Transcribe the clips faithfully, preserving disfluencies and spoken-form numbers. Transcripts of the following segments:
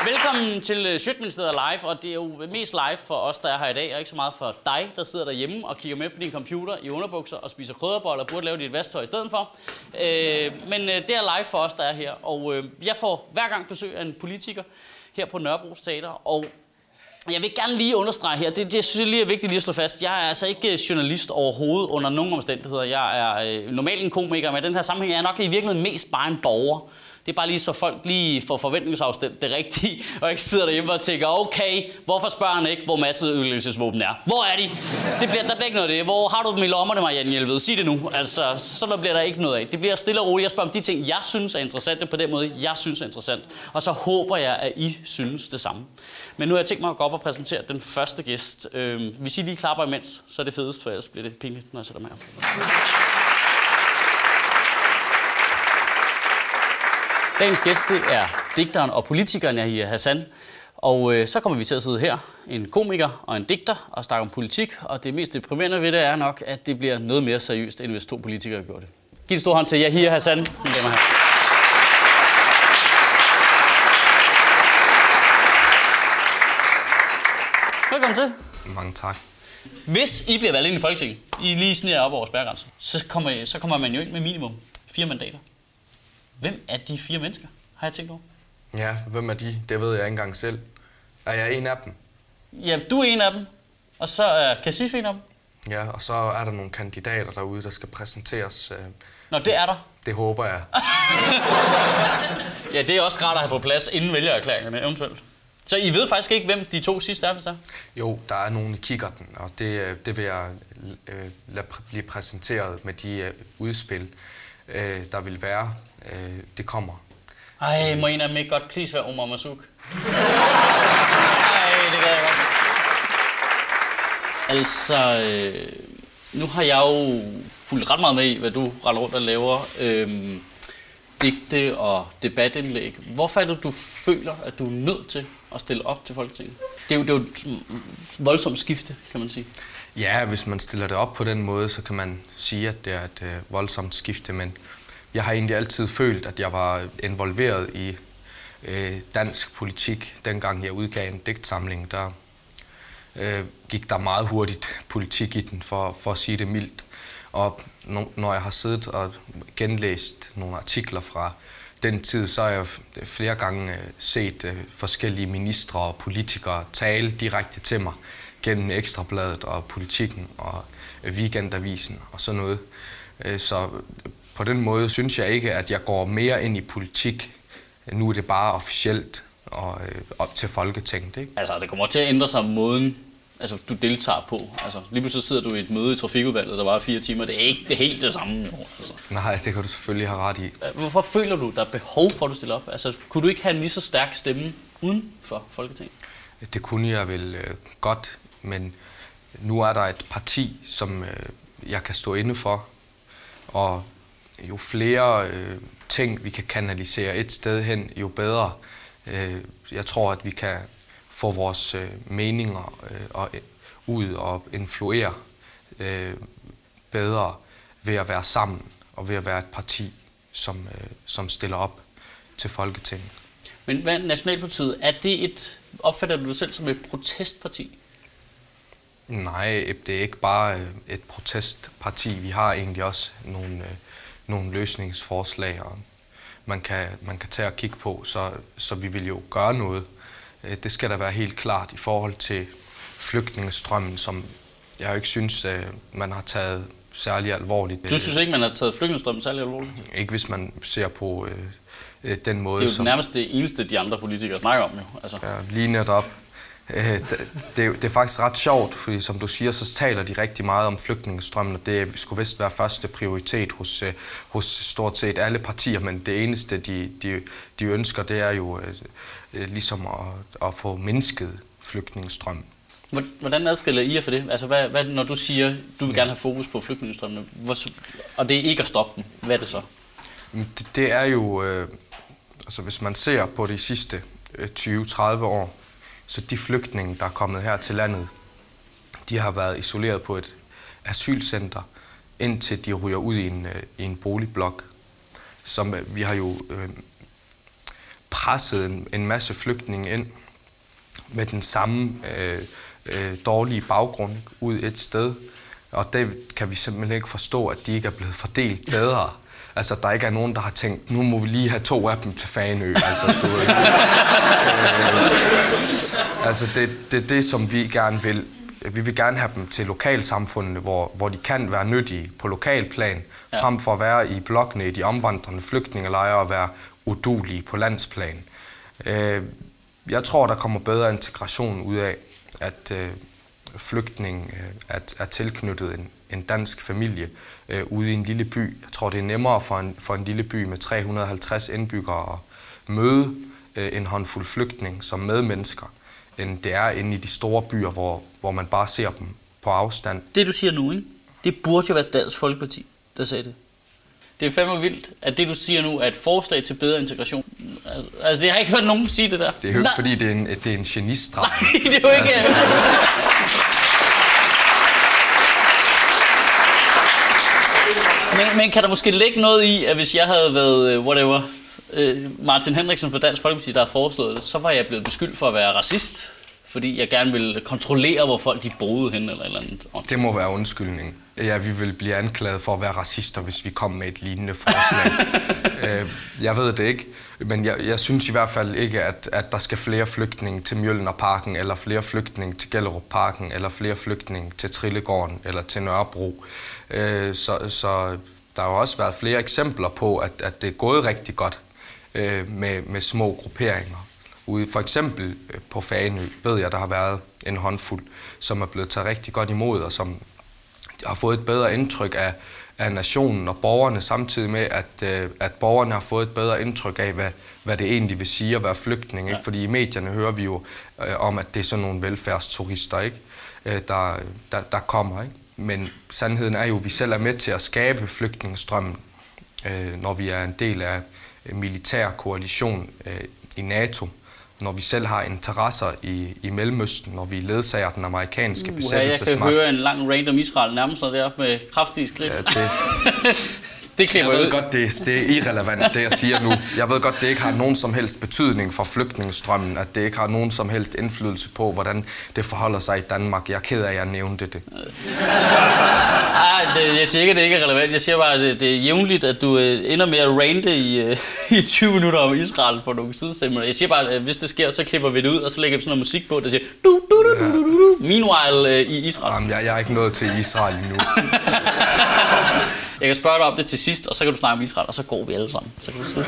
Velkommen til Sjøtministeriet Live, og det er jo mest live for os, der er her i dag, og ikke så meget for dig, der sidder derhjemme og kigger med på din computer i underbukser og spiser krydderboller og burde lave dit vasktøj i stedet for. Øh, men det er live for os, der er her, og øh, jeg får hver gang besøg af en politiker her på Nørrebro Teater, og jeg vil gerne lige understrege her, det, det synes jeg lige er vigtigt lige at slå fast. Jeg er altså ikke journalist overhovedet under nogen omstændigheder. Jeg er øh, normalt en komiker, men i den her sammenhæng er jeg nok i virkeligheden mest bare en borger. Det er bare lige så folk lige får forventningsafstemt det rigtige, og ikke sidder derhjemme og tænker, okay, hvorfor spørger han ikke, hvor masseødelæggelsesvåben er? Hvor er de? Det bliver, der bliver ikke noget af det. Hvor har du dem i lommerne, Marianne Jelved? Sig det nu. Altså, sådan noget bliver der ikke noget af. Det bliver stille og roligt. Jeg spørger om de ting, jeg synes er interessante på den måde, jeg synes er interessant. Og så håber jeg, at I synes det samme. Men nu har jeg tænkt mig at gå op og præsentere den første gæst. Øh, hvis I lige klapper imens, så er det fedest, for ellers bliver det pinligt, når jeg sætter mig her. Dagens gæst, det er digteren og politikeren Yahya Hassan. Og øh, så kommer vi til at sidde her, en komiker og en digter, og snakke om politik. Og det mest deprimerende ved det er nok, at det bliver noget mere seriøst, end hvis to politikere gjorde det. Giv en stor hånd til Yahya Hassan. Mine damer her. Velkommen til. Mange tak. Hvis I bliver valgt ind i Folketinget, I lige sniger op over spærregrænsen, så kommer, I, så kommer man jo ind med minimum fire mandater. Hvem er de fire mennesker, har jeg tænkt over? Ja, hvem er de? Det ved jeg ikke engang selv. Er jeg en af dem? Ja, du er en af dem, og så er Kassif en af dem. Ja, og så er der nogle kandidater derude, der skal præsenteres. Nå, det er der. Det håber jeg. Ja, det er også rart at have på plads inden vælgererklæringerne eventuelt. Så I ved faktisk ikke, hvem de to sidste er, hvis der? Jo, der er nogen i kikkerten, og det, det vil jeg øh, lade blive præsenteret med de øh, udspil, øh, der vil være. Øh, det kommer. Ej, må en af dem ikke godt please være Omar Masuk? Ej, det gør jeg godt. Altså, øh, nu har jeg jo fulgt ret meget med i, hvad du render rundt og laver. Øh, digte og debatindlæg. Hvorfor er det, du føler, at du er nødt til at stille op til Folketinget? Det er jo, det er jo et voldsomt skifte, kan man sige. Ja, hvis man stiller det op på den måde, så kan man sige, at det er et øh, voldsomt skifte, men jeg har egentlig altid følt, at jeg var involveret i øh, dansk politik. Dengang jeg udgav en digtsamling, der øh, gik der meget hurtigt politik i den, for, for at sige det mildt. Og når jeg har siddet og genlæst nogle artikler fra den tid, så har jeg flere gange set forskellige ministre og politikere tale direkte til mig gennem Ekstrabladet og Politikken og Weekendavisen og sådan noget. Så på den måde synes jeg ikke, at jeg går mere ind i politik. Nu er det bare officielt og op til Folketinget, ikke? Altså, det kommer til at ændre sig måden, altså, du deltager på. Altså, lige pludselig sidder du i et møde i trafikudvalget, der var fire timer. Det er ikke det helt det samme, jo. Altså. Nej, det kan du selvfølgelig have ret i. Hvorfor føler du, der er behov for, at du stiller op? Altså, kunne du ikke have en lige så stærk stemme uden for Folketinget? Det kunne jeg vel øh, godt, men nu er der et parti, som øh, jeg kan stå inde for. Og jo flere øh, ting, vi kan kanalisere et sted hen, jo bedre. Øh, jeg tror, at vi kan få vores øh, meninger øh, og, øh, ud og influere øh, bedre ved at være sammen og ved at være et parti, som, øh, som stiller op til Folketinget. Men hvad Nationalpartiet, er det et, opfatter du dig selv som et protestparti? Nej, det er ikke bare et protestparti. Vi har egentlig også nogle, øh, nogle løsningsforslag, og man kan, man kan tage og kigge på, så, så vi vil jo gøre noget. Det skal da være helt klart i forhold til flygtningestrømmen, som jeg jo ikke synes, man har taget særlig alvorligt. Du synes ikke, man har taget flygtningestrømmen særlig alvorligt? Ikke hvis man ser på øh, den måde, det er jo som nærmest det eneste, de andre politikere snakker om. Jo. Altså. Ja, lige netop. Det, det, det er faktisk ret sjovt, fordi som du siger, så taler de rigtig meget om flygtningestrømmen, og det skulle vist være første prioritet hos, hos stort set alle partier, men det eneste, de, de, de ønsker, det er jo øh, ligesom at, at få mindsket flygtningestrømmen. Hvordan adskiller I jer for det? Altså, hvad, hvad, når du siger, du vil gerne have fokus på flygtningestrømmene, og det er ikke at stoppe dem, hvad er det så? Det, det er jo, øh, altså hvis man ser på de sidste øh, tyve til tredive år, så de flygtninge, der er kommet her til landet, de har været isoleret på et asylcenter, indtil de ryger ud i en, i en boligblok. Som vi har jo øh, presset en, en masse flygtninge ind med den samme øh, øh, dårlige baggrund ud et sted. Og det kan vi simpelthen ikke forstå, at de ikke er blevet fordelt bedre. Altså, der ikke er nogen, der har tænkt, nu må vi lige have to af dem til Fanø. Altså, du ved, øh, altså det er det, det, som vi gerne vil. Vi vil gerne have dem til lokalsamfundene, hvor, hvor de kan være nyttige på lokalplan, ja. Frem for at være i blokkene i de omvandrende flygtningelejre og være udulige på landsplan. Øh, jeg tror, der kommer bedre integration ud af, at øh, flygtning øh, er, er tilknyttet en, en dansk familie øh, ude i en lille by. Jeg tror, det er nemmere for en, for en lille by med tre hundrede og halvtreds indbyggere at møde øh, en håndfuld flygtning som medmennesker, end det er inde i de store byer, hvor, hvor man bare ser dem på afstand. Det, du siger nu, ikke? Det burde jo være Dansk Folkeparti, der sagde det. Det er fandme vildt, at det, du siger nu, er et forslag til bedre integration. Altså, jeg har ikke hørt nogen sige det der. Det er jo ikke, fordi det er en, det er en genistraf. Nej, det er jo ikke... Altså. Men, men kan der måske ligge noget i, at hvis jeg havde været, uh, whatever, uh, Martin Henriksen fra Dansk Folkeparti, der har foreslået det, så var jeg blevet beskyldt for at være racist, fordi jeg gerne ville kontrollere, hvor folk de boede hen eller eller andet. Det må være undskyldning. Ja, vi vil blive anklaget for at være racister, hvis vi kom med et lignende forslag. Jeg ved det ikke, men jeg, jeg synes i hvert fald ikke, at, at der skal flere flygtninge til Mjølnerparken, eller flere flygtninge til Gellerupparken, eller flere flygtninge til Trillegården, eller til Nørrebro. Så, så der har jo også været flere eksempler på, at, at det er gået rigtig godt med, med små grupperinger. Ude, for eksempel på Fanø ved jeg, der har været en håndfuld, som er blevet taget rigtig godt imod, og som har fået et bedre indtryk af, af nationen og borgerne, samtidig med, at, at borgerne har fået et bedre indtryk af, hvad, hvad det egentlig vil sige at være flygtning. Ikke? Fordi i medierne hører vi jo øh, om, at det er sådan nogle velfærdsturister, ikke? Øh, der, der, der kommer. Ikke? Men sandheden er jo, at vi selv er med til at skabe flygtningestrømmen, øh, når vi er en del af militær koalition øh, i NATO. Når vi selv har interesser i, i Mellemøsten, når vi ledsager den amerikanske uh, besættelsesmagt. Jeg kan høre en lang rant om Israel nærmest sig der med kraftige skridt. Ja, det, det jeg ved ud. godt, det, det er irrelevant, det jeg siger nu. Jeg ved godt, det ikke har nogen som helst betydning for flygtningestrømmen, at det ikke har nogen som helst indflydelse på, hvordan det forholder sig i Danmark. Jeg er ked af, at jeg nævnte det. Ej, det, jeg siger ikke, at det ikke er relevant. Jeg siger bare, at det, det er jævnligt, at du øh, ender med at rante i, øh, i tyve minutter om Israel for nogle sidestemmer. Jeg siger bare, at hvis det sker, så klipper vi det ud, og så lægger vi sådan noget musik på, der siger du, du, du, du, du, du. Meanwhile øh, i Israel. Jamen, jeg, jeg er ikke nået til Israel endnu. Jeg kan spørge dig om det til sidst, og så kan du snakke om Israel, og så går vi alle sammen. Så kan du sidde.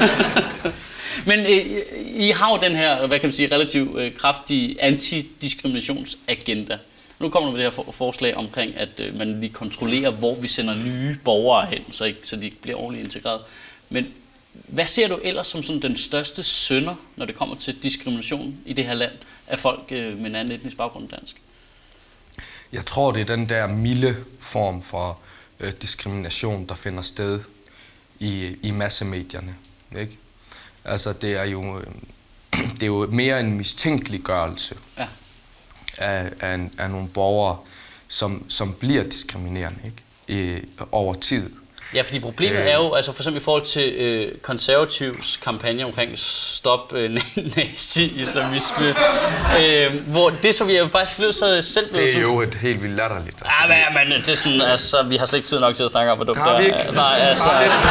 Men øh, I har jo den her, hvad kan man sige, relativt øh, kraftige antidiskriminationsagenda. Nu kommer der med det her for, forslag omkring, at øh, man lige kontrollerer, hvor vi sender nye borgere hen, så, ikke, så de ikke bliver ordentligt integreret. Men hvad ser du ellers som sådan den største synder, når det kommer til diskrimination i det her land af folk øh, med en anden etnisk baggrund end dansk? Jeg tror, det er den der milde form for øh, diskrimination, der finder sted i, i massemedierne. Ikke? Altså, det er jo, øh, det er jo mere en mistænkeliggørelse ja. af, af, af nogle borgere, som, som bliver diskriminerende, ikke? I, over tid. Ja, fordi problemet øh, er jo, altså for eksempel i forhold til øh, konservativs kampagne omkring stop øh, nazi-islamisme, øh, hvor det, som vi er faktisk blevet så selv blevet... Det er jo et helt vildt latterligt. Ja, men, men det er sådan, altså, vi har slet ikke tid nok til at snakke om, hvor dumt det er. Har vi ikke? Nej, altså... Bare lidt.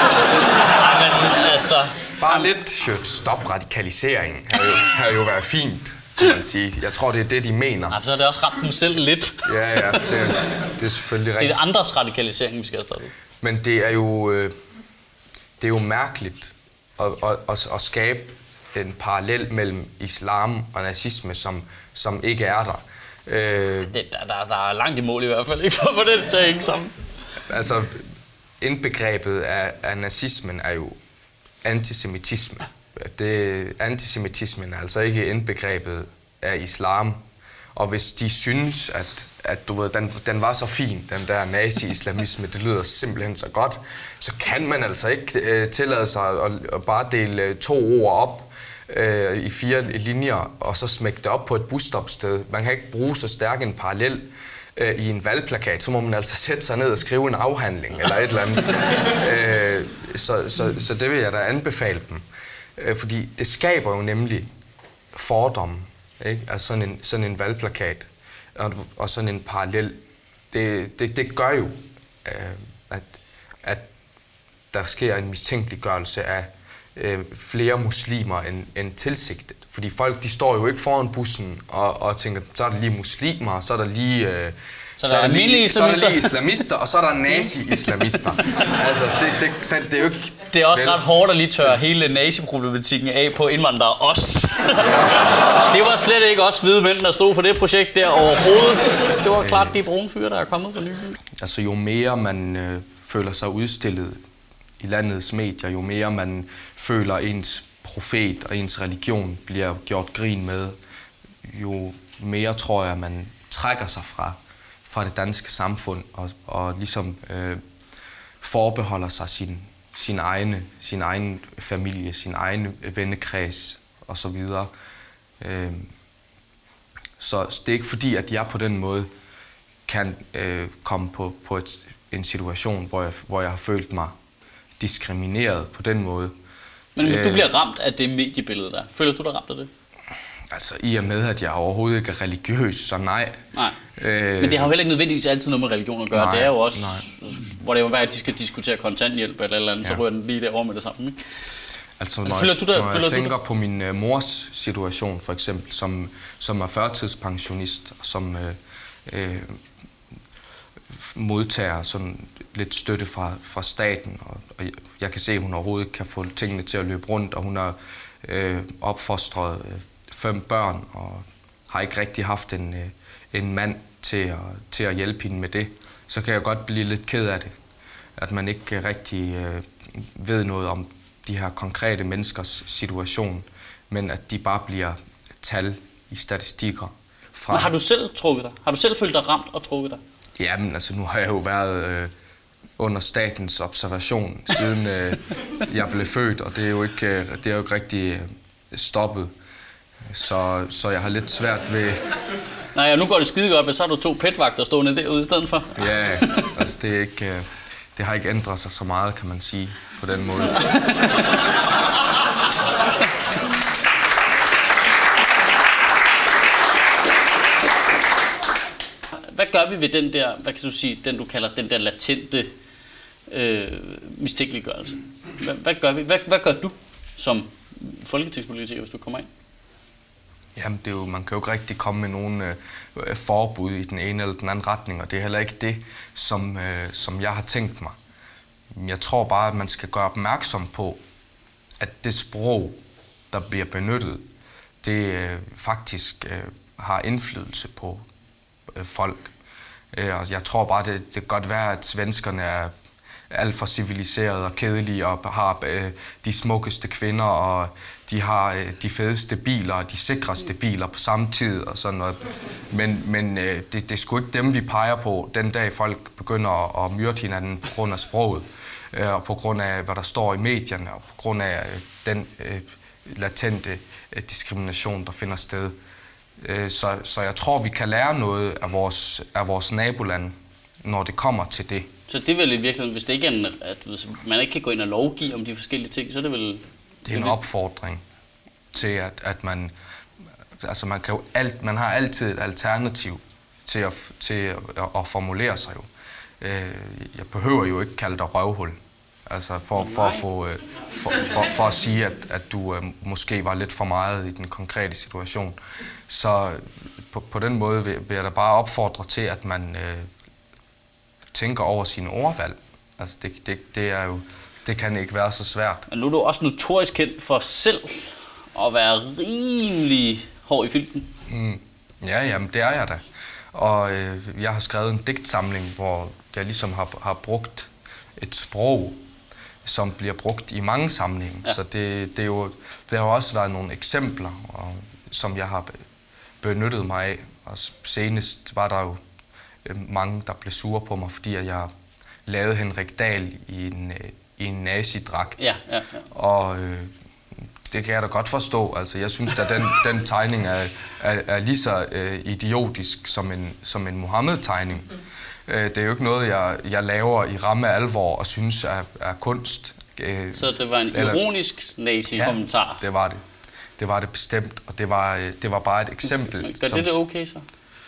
Nej, men altså... Bare lidt. Stop radikaliseringen. Det havde jo, havde jo været fint, kunne man sige. Jeg tror, det er det, de mener. Ja, så er det også ramt dem selv lidt. Ja, ja, det, det er selvfølgelig rigtigt. Det er andres radikalisering, vi skal have stoppet. Men det er jo, øh, det er jo mærkeligt at, at, at, at skabe en parallel mellem islam og nazisme, som, som ikke er der. Øh, det, der, der. Der er langt i mål i hvert fald, ikke for at få det til at hænge sammen. Altså, indbegrebet af, af nazismen er jo antisemitisme. Det, antisemitismen er altså ikke indbegrebet af islam. Og hvis de synes, at, at du ved, den, den var så fin, den der nazi-islamisme, det lyder simpelthen så godt, så kan man altså ikke øh, tillade sig at, at bare dele to ord op øh, i fire linjer, og så smække det op på et busstopsted. Man kan ikke bruge så stærk en parallel øh, i en valgplakat, så må man altså sætte sig ned og skrive en afhandling eller et eller andet. øh, så, så, så det vil jeg da anbefale dem. Øh, fordi det skaber jo nemlig fordomme, ikke? Altså sådan en, sådan en valgplakat og, og sådan en parallel. Det, det, det gør jo, øh, at, at der sker en mistænkeliggørelse af øh, flere muslimer end, end tilsigtet. Fordi folk, de står jo ikke foran bussen og, og tænker, så er der lige muslimer, så er der lige... Øh, Så der, så er, er, lige, så er der lige islamister, og så er der nazi-islamister. Altså, det, det, det, det er jo ikke... Det er også vel ret hårdt at lige tørre hele nazi-problematikken af på indvandrere os. Det var slet ikke os hvide mænd, der stod for det projekt der overhovedet. Det var klart de brune fyre, der er kommet for nylig. Altså, jo mere man øh, føler sig udstillet i landets medier, jo mere man føler ens profet og ens religion bliver gjort grin med, jo mere tror jeg, man trækker sig fra fra det danske samfund og, og ligesom øh, forbeholder sig sin, sin, egne, sin egen familie, sin egen vennekreds og så videre. Øh, så det er ikke fordi, at jeg på den måde kan øh, komme på, på et, en situation, hvor jeg, hvor jeg har følt mig diskrimineret på den måde. Men du bliver ramt af det mediebillede der. Føler du dig ramt af det? Altså, i og med, at jeg overhovedet ikke er religiøs, så nej. Nej. Øh, Men det har jo heller ikke nødvendigvis altid noget med religion at gøre. Nej, det er jo også, nej. Hvor det er jo værd, at de skal diskutere kontanthjælp eller eller andet, ja. Så rører den lige derovre med det samme, ikke? Altså, når, føler du der, når jeg tænker på min uh, mors situation, for eksempel, som, som er førtidspensionist, som øh, øh, modtager sådan lidt støtte fra, fra staten, og, og jeg kan se, at hun overhovedet kan få tingene til at løbe rundt, og hun har øh, opfostret øh, fem børn, og har ikke rigtig haft en, øh, en mand til at, til at hjælpe hende med det, så kan jeg godt blive lidt ked af det, at man ikke rigtig øh, ved noget om de her konkrete menneskers situation, men at de bare bliver tal i statistikker. Fra... Men har du selv trukket dig? Har du selv følt dig ramt og trukket dig? Jamen, altså nu har jeg jo været øh, under statens observation, siden øh, jeg blev født, og det er jo ikke, øh, det er jo ikke rigtig øh, stoppet. Så, så jeg har lidt svært ved... Nej, og nu går det skide godt, men så har du to petvagter stående derude i stedet for. Ja, altså det er ikke... Øh, det har ikke ændret sig så meget, kan man sige, på den måde. Hvad gør vi ved den der, hvad kan du sige, den du kalder den der latente øh, mistænkeliggørelse? Hvad, hvad gør vi? Hvad, hvad gør du som folketingspolitiker, hvis du kommer ind? Jamen, det er jo, man kan jo ikke rigtig komme med nogen øh, forbud i den ene eller den anden retning, og det er heller ikke det, som, øh, som jeg har tænkt mig. Jeg tror bare, at man skal gøre opmærksom på, at det sprog, der bliver benyttet, det øh, faktisk øh, har indflydelse på øh, folk. Øh, og jeg tror bare, det, det kan godt være, at svenskerne er alt for civiliserede og kedelige og har øh, de smukkeste kvinder, og de har øh, de fedeste biler og de sikreste biler på samme tid og sådan noget. Men, men øh, det, det er sgu ikke dem, vi peger på den dag, folk begynder at, at myrde hinanden på grund af sproget, øh, og på grund af, hvad der står i medierne, og på grund af øh, den øh, latente øh, diskrimination, der finder sted. Øh, så, så jeg tror, vi kan lære noget af vores, af vores naboland, når det kommer til det. Så det er vel i virkeligheden, hvis det ikke er en, at hvis man ikke kan gå ind og lovgive om de forskellige ting, så er det vel... Det er en opfordring til, at, at man... Altså, man, kan jo alt, man har altid et alternativ til at, til at, at formulere sig jo. Jeg behøver jo ikke kalde dig røvhul. Altså, for, for, at, få, for, for, for at sige, at, at du måske var lidt for meget i den konkrete situation. Så på, på den måde vil, vil jeg da bare opfordre til, at man... Øh, tænker over sine ordvalg. Altså det, det, det, er jo, det kan ikke være så svært. Men nu er du også notorisk kendt for selv at være rimelig hård i filten. Mm. Ja, jamen det er jeg da. Og øh, jeg har skrevet en digtsamling, hvor jeg ligesom har, har brugt et sprog, som bliver brugt i mange sammenhænge. Ja. Så det, det, er jo, det har også været nogle eksempler, og, som jeg har benyttet mig af. Og senest var der jo mange, der blev sure på mig, fordi jeg lavede Henrik Dahl i en, i en nazidragt. Ja, ja, ja. Og øh, det kan jeg da godt forstå. Altså, jeg synes, at den, den tegning er, er, er lige så øh, idiotisk som en, som en Mohammed-tegning. Mm. Øh, det er jo ikke noget, jeg, jeg laver i ramme alvor og synes er, er kunst. Øh, Så det var en ironisk nazi-kommentar? Ja, det var det. Det var det bestemt, og det var, det var bare et eksempel. Gør det det okay så?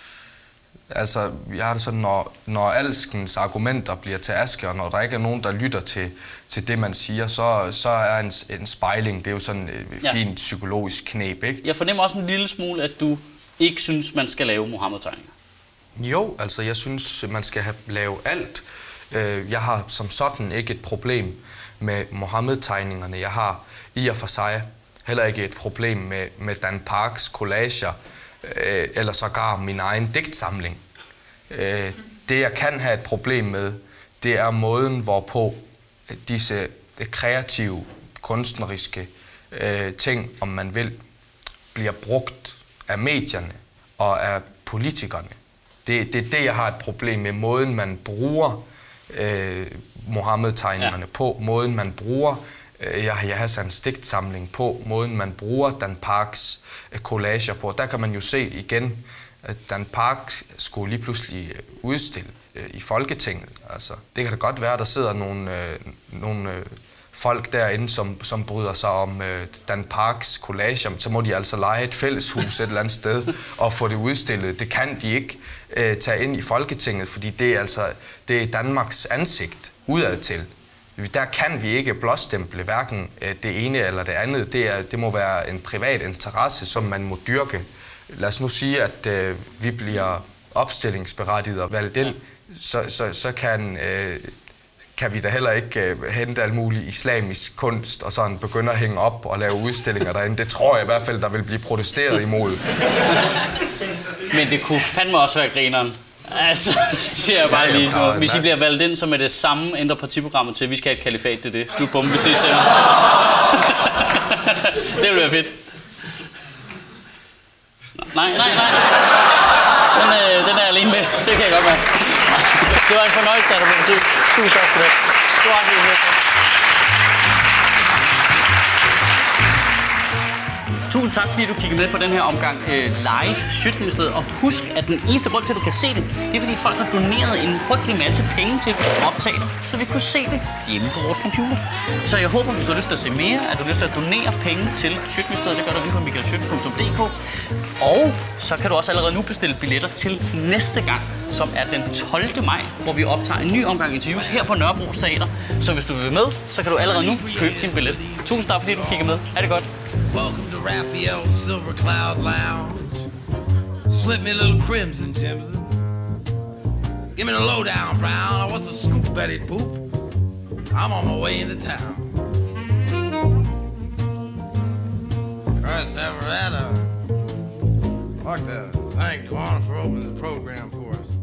Altså, jeg har det sådan, når, når alskens argumenter bliver til aske, og når der ikke er nogen, der lytter til, til det, man siger, så, så er en, en spejling, det er jo sådan et ja. fint psykologisk knep, ikke? Jeg fornemmer også en lille smule, at du ikke synes, man skal lave Muhammed-tegninger. Jo, altså jeg synes, man skal have, lave alt. Jeg har som sådan ikke et problem med Muhammed-tegningerne. Jeg har i og for sig heller ikke et problem med, med Dan Parks collager, øh, eller sågar min egen digtsamling. Øh, det, jeg kan have et problem med, det er måden, hvorpå disse kreative, kunstneriske øh, ting, om man vil, bliver brugt af medierne og af politikerne. Det, det er det, jeg har et problem med, måden, man bruger øh, Muhammed-tegningerne ja. på, måden, man bruger Yahya Hassans digtsamling på, måden man bruger Dan Parks collager på. Der kan man jo se igen, at Dan Park skulle lige pludselig udstille i Folketinget. Altså, det kan da godt være, at der sidder nogle, nogle folk derinde, som, som bryder sig om Dan Parks collager. Så må de altså leje et fælleshus et eller andet sted og få det udstillet. Det kan de ikke uh, tage ind i Folketinget, fordi det er, altså, det er Danmarks ansigt udadtil. Der kan vi ikke blåstemple hverken det ene eller det andet. Det, er, det må være en privat interesse, som man må dyrke. Lad os nu sige, at øh, vi bliver opstillingsberettiget og valgt ind, så, så, så kan, øh, kan vi da heller ikke øh, hente al mulig islamisk kunst og sådan begynde at hænge op og lave udstillinger derinde. Det tror jeg i hvert fald, der vil blive protesteret imod. Men det kunne fandme også være grineren. Altså, siger jeg bare ja, lige nu. Hvis I bliver valgt ind, så med det samme ændrer partiprogrammet til, vi skal have et kalifat, det er det. Slut på dem, vi ses senere. Det vil være fedt. Nej, nej, nej. Den, øh, den er jeg alene med. Det kan jeg godt være. Det var en fornøjelse at have dig på besøg. Tusind tak skal du have. Stor tak. Tusind tak, fordi du kiggede med på den her omgang øh, live Sjøtministeriet. Og husk, at den eneste grund til, at du kan se det, det er, fordi folk har doneret en frygtelig masse penge til at optage det, så vi kunne se det hjemme på vores computer. Så jeg håber, hvis du har lyst til at se mere, at du har lyst til at donere penge til Sjøtministeriet. Det gør du inde på michael schiødt punktum d k. Og så kan du også allerede nu bestille billetter til næste gang, som er den tolvte maj, hvor vi optager en ny omgang interviews her på Nørrebro Teater. Så hvis du vil med, så kan du allerede nu købe din billet. Tusind tak, fordi du kiggede med. Er det godt? Welcome to Raphael's Silver Cloud Lounge. Slip me a little crimson, Jimson. Give me the lowdown, Brown. What's the scoop, Betty Boop? I'm on my way into town. Chris Everett, I'd like to thank Dwan for opening the program for us.